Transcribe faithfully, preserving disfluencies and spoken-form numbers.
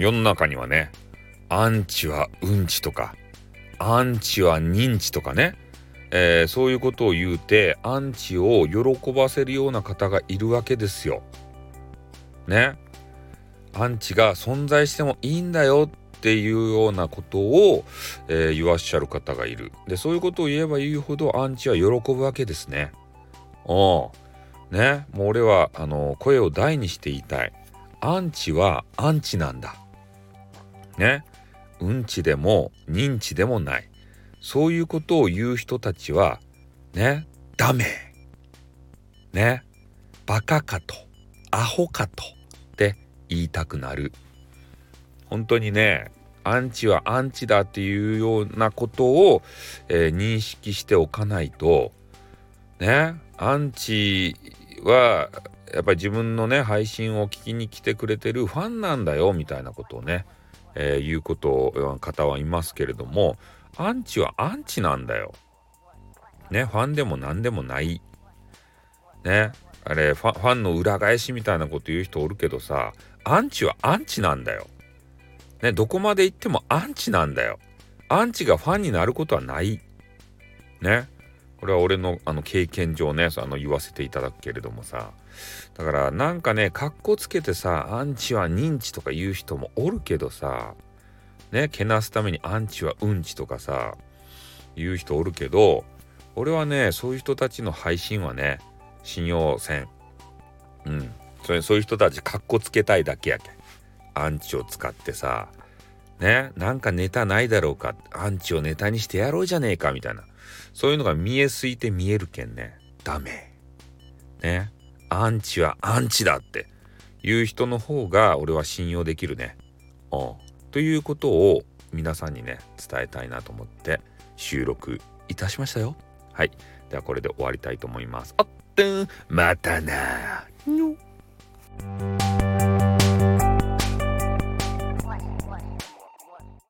世の中にはね、アンチはうんちとか、アンチは認知とかね、えー、そういうことを言うてアンチを喜ばせるような方がいるわけですよ。ね。アンチが存在してもいいんだよっていうようなことを、えー、言わっしゃる方がいる。で、そういうことを言えば言うほどアンチは喜ぶわけですね。おうね。もう俺はあの声を大にして言いたい。アンチはアンチなんだ。ね。うんちでも認知でもない。そういうことを言う人たちはね、ダメ。ね。バカかと、アホかとって言いたくなる。本当にね、アンチはアンチだっていうようなことを、えー、認識しておかないとね、アンチはやっぱり自分のね配信を聞きに来てくれてるファンなんだよみたいなことをね、えー、言うことを方はいますけれども、アンチはアンチなんだよ。ね、ファンでも何でもないね。あれファ、ファンの裏返しみたいなこと言う人おるけどさ、アンチはアンチなんだよ。ね、どこまで行ってもアンチなんだよ。アンチがファンになることはない。ね。これは俺のあの経験上ね、あの言わせていただくけれどもさ。だからなんかね、かっこつけてさ、アンチは認知とか言う人もおるけどさ、ね、けなすためにアンチはうんちとかさ、言う人おるけど、俺はね、そういう人たちの配信はね、信用せん。うん。それ、そういう人たちかっこつけたいだけやけん。アンチを使ってさ、ね、なんかネタないだろうか、アンチをネタにしてやろうじゃねえかみたいな、そういうのが見えすいて見えるけんね、ダメね。アンチはアンチだっていう人の方が俺は信用できるね。おということを皆さんにね伝えたいなと思って収録いたしましたよ。はい、ではこれで終わりたいと思います。あってんまたな。